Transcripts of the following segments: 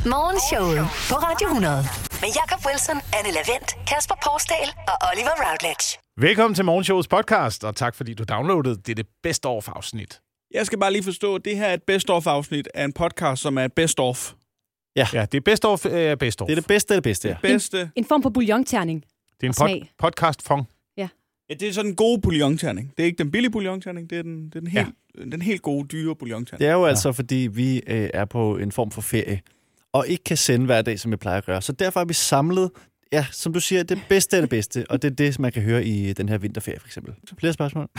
Morgenshowet på Radio 100. Med Jakob Wilson, Anne Lavent, Kasper Porsdal og Oliver Routledge. Velkommen til Morgenshowets podcast, og tak fordi du downloadede. Det er det best of afsnit. Jeg skal bare lige forstå, at det her er et best of afsnit af en podcast, som er et best of. Ja, det er best of. Best of. Det er det bedste af det bedste, ja. Bedste. En form for bouillonterning. Det er en podcast-fong. Ja, det er sådan en god bouillonterning. Det er ikke den billige bouillonterning, det er den helt gode, dyre bouillonterning. Det er jo altså, fordi vi er på en form for ferie, og ikke kan sende hver dag, som vi plejer at gøre. Så derfor er vi samlet, ja, som du siger, det bedste af det bedste, og det er det, man kan høre i den her vinterferie, for eksempel. Flere spørgsmål?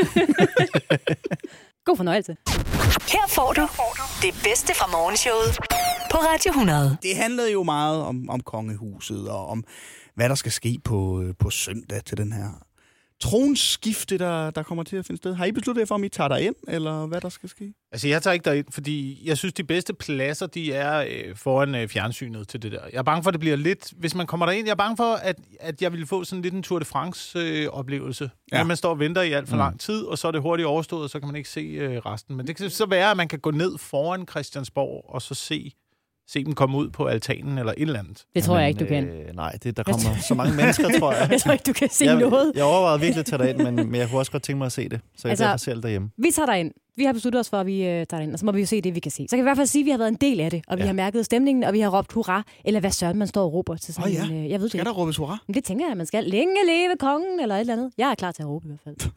God fornøjelse. Her får du det bedste fra Morgenshowet på Radio 100. Det handlede jo meget om kongehuset, og om hvad der skal ske på søndag til den her tronskifte, der kommer til at finde sted. Har I besluttet jer for, om I tager derind, eller hvad der skal ske? Altså, jeg tager ikke derind, fordi jeg synes, de bedste pladser, de er foran fjernsynet til det der. Jeg er bange for, at det bliver lidt... Hvis man kommer derind, jeg er bange for, at jeg vil få sådan lidt en Tour de France-oplevelse. Ja. Man står og venter i alt for lang tid, og så er det hurtigt overstået, og så kan man ikke se resten. Men det kan så være, at man kan gå ned foran Christiansborg, og så se dem komme ud på altanen eller et eller andet. Det tror jeg ikke, du kan. Nej, der kommer så mange mennesker, tror jeg. Jeg tror ikke, du kan se noget. Jeg overvejede virkelig at tage derind, men jeg kunne også godt tænke mig at se det. Så jeg derfor ser det derhjemme. Vi tager derind. Vi har besluttet os for, at vi tager derind, og så må vi jo se det, vi kan se. Så kan vi i hvert fald sige, at vi har været en del af det, og vi har mærket stemningen, og vi har råbt hurra, eller hvad søren man står og råber til sådan en... Jeg ved skal det der råbes hurra? Men det tænker jeg, at man skal. Længe leve kongen, eller et eller andet. Jeg er klar til at råbe i hvert fald.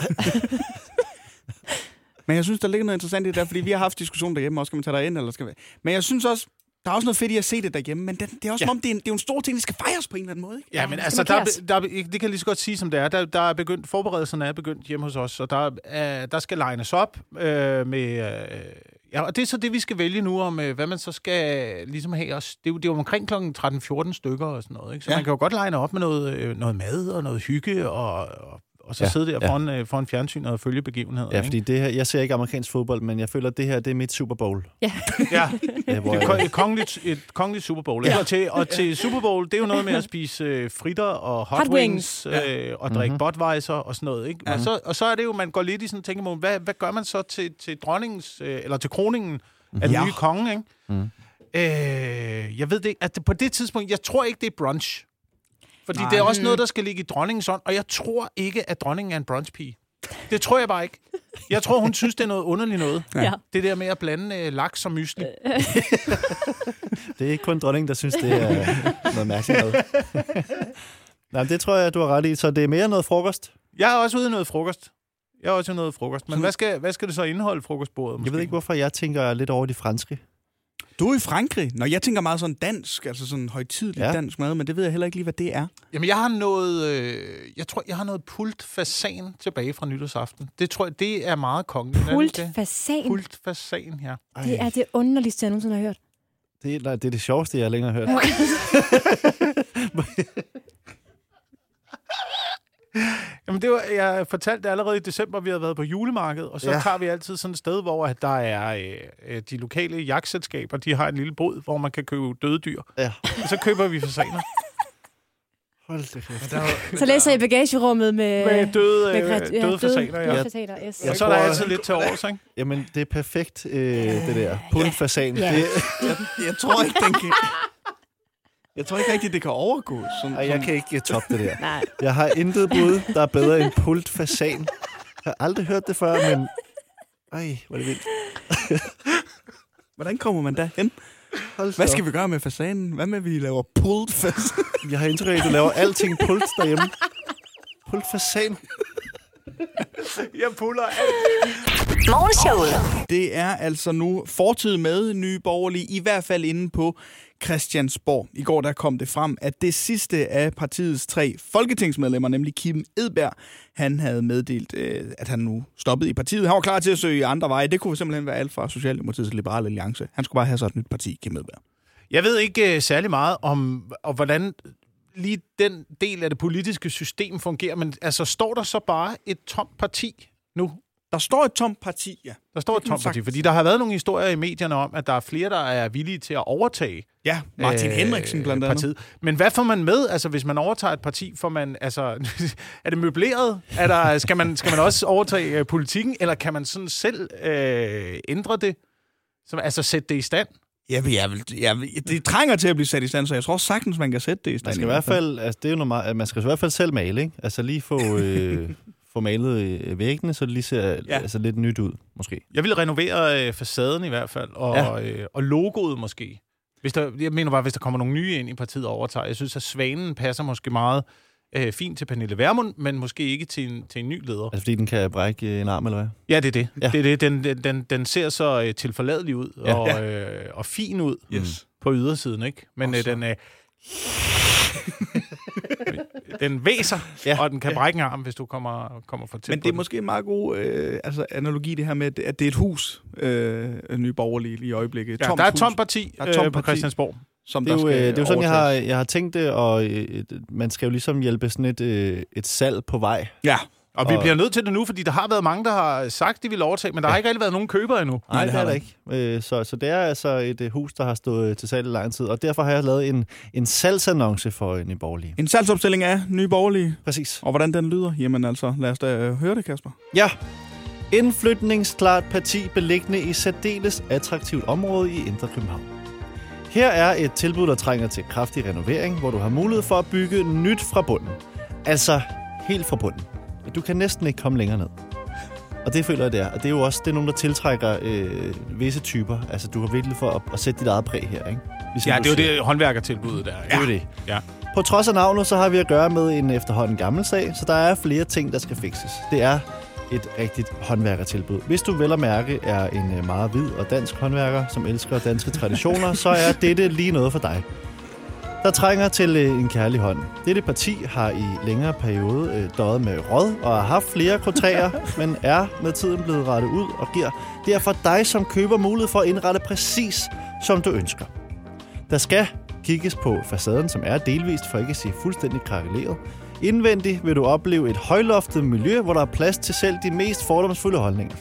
Men jeg synes, der ligger noget interessant i det der, fordi vi har haft diskussion derhjemme, også skal man tage derind, eller skal vi... Men jeg synes også, der er også noget fedt i at se det derhjemme, men det er også som om, det er jo en stor ting, der skal fejres på en eller anden måde, ikke? Ja, men altså, det kan jeg lige så godt sige, som det er. Der er begyndt, forberedelserne er begyndt hjemme hos os, og der skal lines op med... og det er så det, vi skal vælge nu, om hvad man så skal ligesom have os. Det er jo omkring kl. 13-14 stykker og sådan noget, ikke? Så man kan jo godt line op med noget mad og noget hygge og så sidde der foran fjernsynet og følge begivenheder. Ja, fordi det her, jeg ser ikke amerikansk fodbold, men jeg føler, at det her, det er mit Super Bowl. Ja. Det er et kongeligt Super Bowl. Ja. Og til Super Bowl, det er jo noget med at spise fritter og hot wings og drikke Budweiser og sådan noget. Ikke? Ja. Og så er det jo, man går lidt i sådan en tænkemode, hvad gør man så til dronningens, eller til kroningen af den nye konge, ikke? Jeg ved det ikke. At på det tidspunkt, jeg tror ikke, det er brunch. Fordi det er også noget, der skal ligge i dronningens ånd, og jeg tror ikke, at dronningen er en brunchpige. Det tror jeg bare ikke. Jeg tror, hun synes, det er noget underligt noget. Ja. Det der med at blande laks og mysli. Det er ikke kun dronningen, der synes, det er noget mærkeligt noget. Nej, det tror jeg, du har ret i. Så det er mere noget frokost? Jeg er også ude i noget frokost. Men hvad skal det så indeholde, frokostbordet? Måske? Jeg ved ikke, hvorfor jeg tænker lidt over de franske. Du er i Frankrig. Nå, jeg tænker meget sådan dansk, altså sådan højtideligt dansk mad, men det ved jeg heller ikke lige, hvad det er. Jamen, jeg har noget... jeg tror, jeg har noget pult fasan tilbage fra nytårsaften. Det tror jeg, det er meget kongeligt. Pult fasan? Pult fasan, ja. Det er det underligste, jeg nogensinde har hørt. Det er det sjoveste, jeg længere har hørt. Jamen, jeg fortalte det allerede i december, vi havde været på julemarked, og så tager vi altid sådan et sted, hvor at der er de lokale jagtselskaber, de har en lille bod, hvor man kan købe døde dyr. Ja. Og så køber vi fasaner. Hold det kæft. Så læser I bagagerummet med døde fasaner, ja. Yes. Og så er der altid lidt til års, ikke? Jamen, det er perfekt, det der. Pultfasan. Ja. Jeg tror ikke, den kan... Jeg tror ikke rigtigt, det kan overgås. Jeg kan ikke toppe det der. Nej. Jeg har intet bud, der er bedre end pultfasan. Jeg har aldrig hørt det før, men... Ej, hvor er det vildt. Hvordan kommer man derhen? Hvad skal vi gøre med fasanen? Hvad med, at vi laver pultfasan? Jeg har indtryk af, at du laver alting pult derhjemme. Pultfasan. Jeg puller alt. Morgenshowet. Det er altså nu fortid med Nye Borgerlige, i hvert fald inde på Christiansborg. I går der kom det frem, at det sidste af partiets 3 folketingsmedlemmer, nemlig Kim Edberg, han havde meddelt, at han nu stoppede i partiet. Han var klar til at søge andre veje. Det kunne simpelthen være alt fra Socialdemokratiet til Liberale Alliance. Han skulle bare have så et nyt parti, Kim Edberg. Jeg ved ikke særlig meget om, hvordan lige den del af det politiske system fungerer, men altså står der så bare et tomt parti nu? Der står et tomt parti, ja. Der står et tomt parti, fordi der har været nogle historier i medierne om, at der er flere, der er villige til at overtage Martin Henriksen blandt andet. Partiet. Men hvad får man med? Altså, hvis man overtager et parti, får man, altså, er det møbleret? Skal man også overtage politikken, eller kan man sådan selv ændre det? Altså, sætte det i stand? Det trænger til at blive sat i stand, så jeg tror sagtens, man kan sætte det i stand. Man skal i hvert fald, altså, det er jo normalt, man skal i hvert fald selv male, ikke? Altså lige få malet væggene, så det lige ser altså, lidt nyt ud, måske. Jeg vil renovere facaden i hvert fald, og logoet måske. Jeg mener bare, hvis der kommer nogle nye ind i partiet og overtager. Jeg synes, at Svanen passer måske meget fint til Pernille Vermund, men måske ikke til en ny leder. Altså fordi den kan brække en arm, eller hvad? Ja, det er det. Ja. Det er det. Den ser så tilforladelig ud og fin ud på ydersiden, ikke? Men den væser, og den kan brække en arm, hvis du kommer for tæt. Men det er måske en meget god analogi, det her med, at det er et hus, Nye Borgerlige i øjeblikket. Ja, der er et tomt parti på Christiansborg. Det er jo sådan, jeg har tænkt det, og man skal jo ligesom hjælpe sådan et salg på vej. Ja, og vi bliver nødt til det nu, fordi der har været mange, der har sagt, de vil overtage, men der har ikke rigtig været nogen købere endnu. Nej, det er der ikke. Så det er altså et hus, der har stået til salg i lang tid, og derfor har jeg lavet en salgsannonce for Nye Borgerlige. En salgsopstilling af Nye Borgerlige? Præcis. Og hvordan den lyder? Jamen altså, lad os da høre det, Kasper. Ja. Indflytningsklart parti beliggende i særdeles attraktivt område i Indre København. Her er et tilbud, der trænger til kraftig renovering, hvor du har mulighed for at bygge nyt fra bunden. Altså helt fra bunden. Du kan næsten ikke komme længere ned. Og det føler jeg, det er. Og det er jo også nogen, der tiltrækker visse typer. Altså, du har virkelig for at sætte dit eget præg her, ikke? Ligesom det er jo det håndværkertilbuddet der. Det er jo det. Ja. På trods af navnet, så har vi at gøre med en efterhånden gammel sag, så der er flere ting, der skal fikses. Det er et rigtigt håndværkertilbud. Hvis du vel at mærke er en meget hvid og dansk håndværker, som elsker danske traditioner, så er dette lige noget for dig. Der trænger til en kærlig hånd. Dette parti har i længere periode døjet med råd og har haft flere krotræer, men er med tiden blevet rettet ud og giver derfor dig som køber mulighed for at indrette præcis, som du ønsker. Der skal kigges på facaden, som er delvist, for ikke at sige fuldstændig krakeleret. Indvendigt vil du opleve et højloftet miljø, hvor der er plads til selv de mest fordomsfulde holdninger.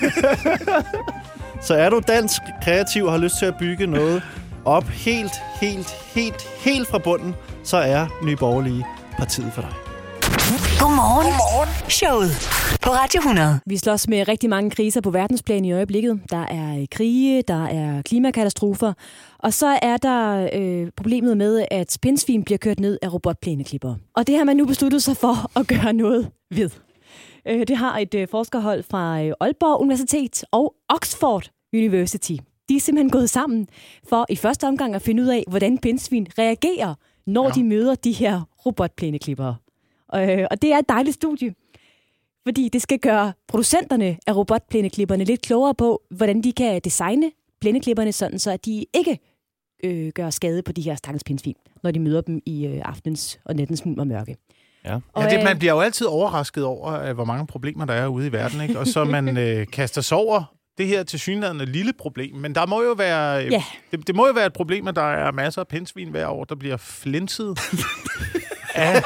Så er du dansk, kreativ og har lyst til at bygge noget op helt fra bunden, så er Nye Borgerlige partiet for dig. Godmorgen. Showet på Radio 100. Vi slås med rigtig mange kriser på verdensplan i øjeblikket. Der er krige, der er klimakatastrofer, og så er der problemet med, at pindsvin bliver kørt ned af robotplæneklipper. Og det har man nu besluttet sig for at gøre noget ved. Det har et forskerhold fra Aalborg Universitet og Oxford University. De er simpelthen gået sammen for i første omgang at finde ud af, hvordan pindsvin reagerer, når de møder de her robotplæneklippere. Og det er et dejligt studie, fordi det skal gøre producenterne af robotplæneklipperne lidt klogere på, hvordan de kan designe plæneklipperne sådan, så at de ikke gør skade på de her stakkels pindsvin, når de møder dem i aftens og nattens mulm og mørke. Ja. Man bliver jo altid overrasket over, hvor mange problemer der er ude i verden, ikke? Og så man kaster sig over det her tilsyneladende lille problem, men der må jo være det må jo være et problem, at der er masser af pindsvin hver år, der bliver flinset af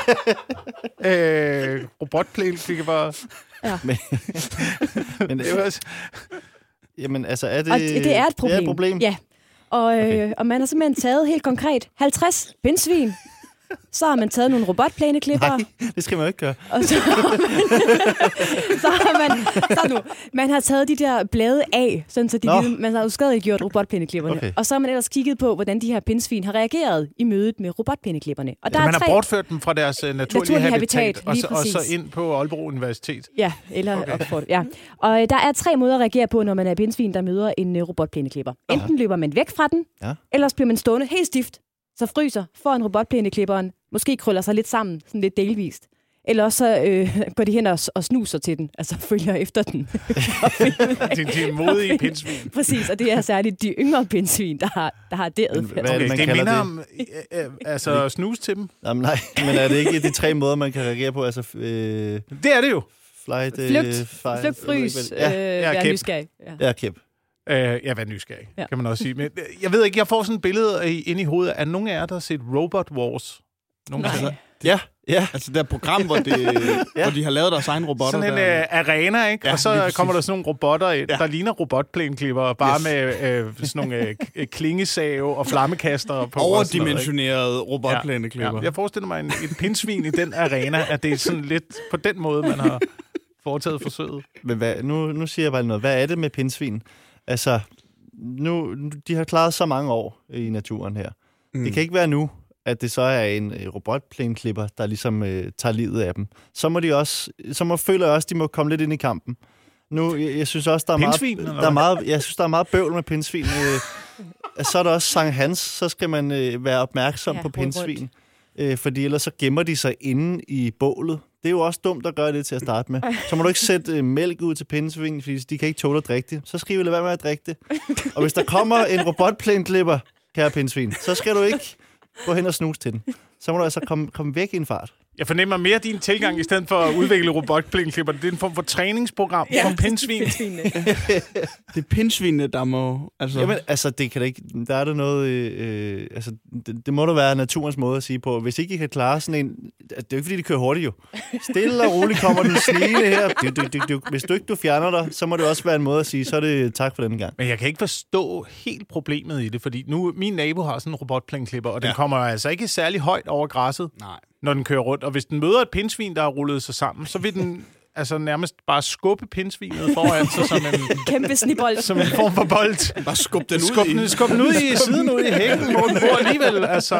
robotplæneklipper. Ja. Men det er jamen, altså er det... Og det er et problem. Det er et problem. Ja. Og man har simpelthen taget helt konkret 50 pindsvin. Så har man taget nogle robotplæneklipper. Nej, det skal man jo ikke gøre. Og så har man har taget de der blade af, sådan så man har uskadeliggjort robotplæneklipperne. Okay. Og så har man ellers kigget på, hvordan de her pindsvin har reageret i mødet med robotplæneklipperne. Og der man har bortført dem fra deres naturlige habitat og så ind på Aalborg Universitet. Ja, eller Oxford. Ja. Og der er 3 måder at reagere på, når man er pindsvin, der møder en robotplæneklipper. Enten løber man væk fra den, ellers bliver man stående helt stift, så fryser foran robotplæneklipperen, måske krøller sig lidt sammen, sådan lidt delvist. Eller også går de hen og snuser til den, altså følger efter den. Det er modige pindsvin. Præcis, og det er særligt de yngre pindsvin, der har det adfærd. Okay, det minder om altså snus til dem? Jamen, nej, men er det ikke de 3 måder, man kan reagere på? Altså, det er det jo. Flygt, frys, være nysgerrig. Ja, kæp. Vær nysgerrig, kan man også sige. Men jeg ved ikke, jeg får sådan et billede inde i hovedet. Er nogen af jer, der har set Robot Wars? Nej. Ja. Altså det er et program, hvor de har lavet deres egen robotter. Sådan en arena, ikke? Ja, og så kommer der sådan nogle robotter, der ligner robotplæneklipper, bare med sådan nogle klingesave og flammekaster på. Overdimensionerede robotplæneklipper. Ja. Jeg forestiller mig et pindsvin i den arena, at det er sådan lidt på den måde, man har foretaget forsøget. Men nu siger jeg bare noget. Hvad er det med pindsvin? Altså, de har klaret så mange år i naturen her. Det kan ikke være nu, at det så er en robotplæneklipper, der ligesom tager livet af dem. Føler jeg også, de må komme lidt ind i kampen. Nu, jeg synes også, der er meget bøvl med pindsvin. Så er der også Sankt Hans, så skal man være opmærksom på pindsvin. Fordi ellers så gemmer de sig inde i bålet. Det er jo også dumt at gøre det til at starte med. Så må du ikke sætte mælk ud til pindsvin, fordi de kan ikke tåle at drikke det. Så skal vi lade være med at drikke det. Og hvis der kommer en robotplæneklipper, kære pindsvin, så skal du ikke gå hen og snuse til den. Så må du altså komme væk i en fart. Jeg fornemmer mere din tilgang, i stedet for at udvikle robotplæneklipper. Det er en form for træningsprogram for pindsvin. Det er pindsvinene, der må... Jamen, det kan da ikke... Der er der noget... det må da være naturens måde at sige på. Hvis ikke I kan klare sådan en... Det er jo ikke, fordi de kører hurtigt, jo. Stille og roligt kommer den snigende her. Hvis du ikke fjerner dig, så må det også være en måde at sige, så er det tak for denne gang. Men jeg kan ikke forstå helt problemet i det, fordi nu... Min nabo har sådan en robotplæneklipper, og den kommer altså ikke særlig højt over græsset. Nej. Når den kører rundt. Og hvis den møder et pindsvin, der har rullet sig sammen, så vil den nærmest bare skubbe pindsvinet foran sig som en... Kæmpe snibbold. Som en form for bold. Bare skub den ud Skub den ud i siden, ud i hækken, hvor den bor alligevel.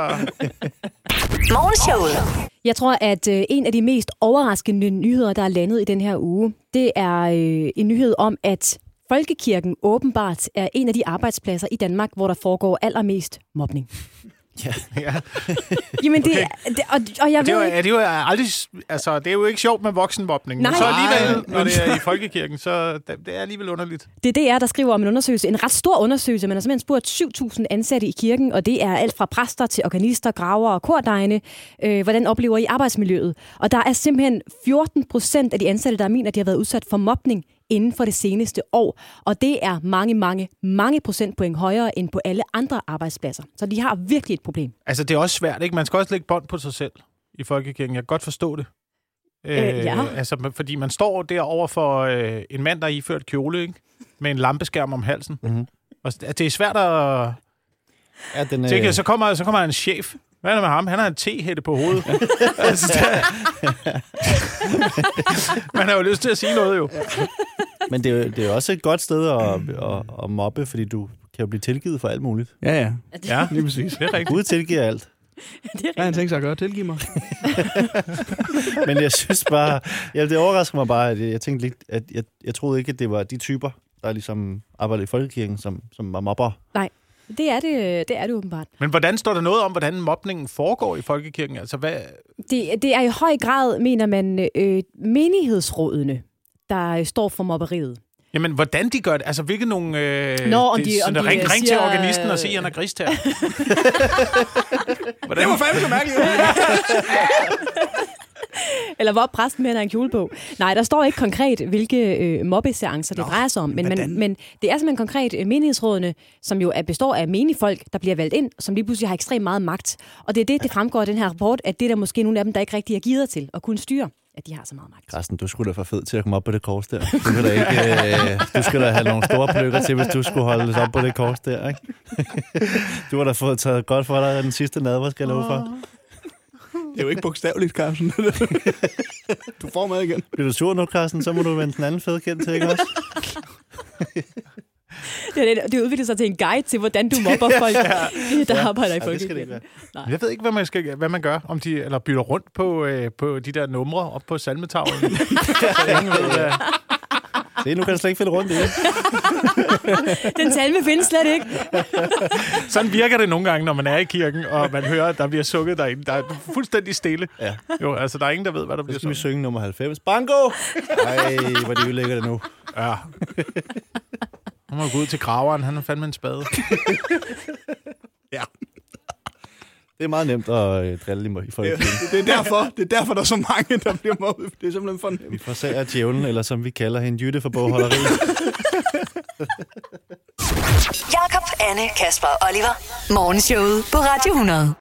Morgenshowet. Jeg tror, at en af de mest overraskende nyheder, der er landet i den her uge, det er en nyhed om, at Folkekirken åbenbart er en af de arbejdspladser i Danmark, hvor der foregår allermest mobning. Ja. Jamen det, og jeg ved det er jo ikke sjovt med voksenmobning. Så alligevel, når det er i Folkekirken, så det er alligevel underligt. Det er DR, der skriver om en undersøgelse, en ret stor undersøgelse. Man har simpelthen spurgt 7.000 ansatte i kirken, og det er alt fra præster til organister, gravere og kordegene. Hvordan oplever I arbejdsmiljøet? Og der er simpelthen 14% af de ansatte, der mener, at de har været udsat for mobning inden for det seneste år. Og det er mange procentpoint højere end på alle andre arbejdspladser. Så de har virkelig et problem. Altså, det er også svært, ikke? Man skal også lægge bånd på sig selv i Folkekirken. Jeg kan godt forstå det. Ja. Fordi man står derovre for en mand, der er iført kjole, ikke? Med en lampeskærm om halsen. Mm-hmm. Og det er svært at... Ja, så kommer en chef. Hvad er det med ham? Han har en tehætte på hovedet. Man har jo lyst til at sige noget, jo. Men det er jo også et godt sted at mobbe, fordi du kan jo blive tilgivet for alt muligt. Ja, lige præcis. Det er rigtigt. Gud tilgiver alt. Hvad har han tænkt sig at gøre? Tilgive mig. Men jeg synes bare... det overrasker mig bare, at jeg tænkte lidt, at jeg troede ikke, at det var de typer, der ligesom arbejder i Folkekirken, som var mobber. Nej. Det er det åbenbart. Men hvordan står der noget om, hvordan mobningen foregår i Folkekirken? Altså, hvad... Det er i høj grad, mener man, menighedsrådene, der står for mobberiet. Jamen, hvordan de gør det? Altså, hvilke nogle... ring til organisten og sige, at han er grist her. Det var fandme så mærkeligt. Eller hvor præsten med en kjole på. Nej, der står ikke konkret, hvilke mobbeseancer det drejer sig om. Men det er simpelthen konkret menighedsrådene, som jo består af menigfolk, der bliver valgt ind, som lige pludselig har ekstremt meget magt. Og det er det fremgår af den her rapport, at det er der måske nogle af dem, der ikke rigtig er givet til at kunne styre, at de har så meget magt. Carsten, du skulle da for fed til at komme op på det kors der. Du skal da have nogle store pløkker til, hvis du skulle holde op på det kors der, ikke? Du har da fået taget godt for dig den sidste nadver, skal jeg love for. Det er jo ikke bogstaveligt, Carsten. Du får med igen. Bliver du sur nu, Carsten, så må du vende den anden fedkendt til, ikke også? Det udvikler sig til en guide til, hvordan du mobber folk, der arbejder i Folkekirken. Jeg ved ikke, hvad man gør, om de eller bytter rundt på de der numre op på salmetavlen. Se, nu kan jeg slet ikke finde rundt i det. Den salme findes slet ikke. Sådan virker det nogle gange, når man er i kirken, og man hører, at der bliver sukket derinde. Der er fuldstændig stille. Ja. Jo, altså, der er ingen, der ved, hvad der bliver sunget. Så skal vi synge nummer 90. Bango! Ej, hvor de ødelægger det nu. Ja. Nu må gå ud til graveren. Han er fandme en spade. Ja. Det er meget nemt at drille i Folkekirken. Det er derfor, der er så mange, der bliver mobbet. Det er simpelthen for nemt. Vi forsager djævlen, eller som vi kalder hende, Jytte for bogholderi. Jakob, Anne, Kasper og Oliver. Morgenshowet på Radio 100.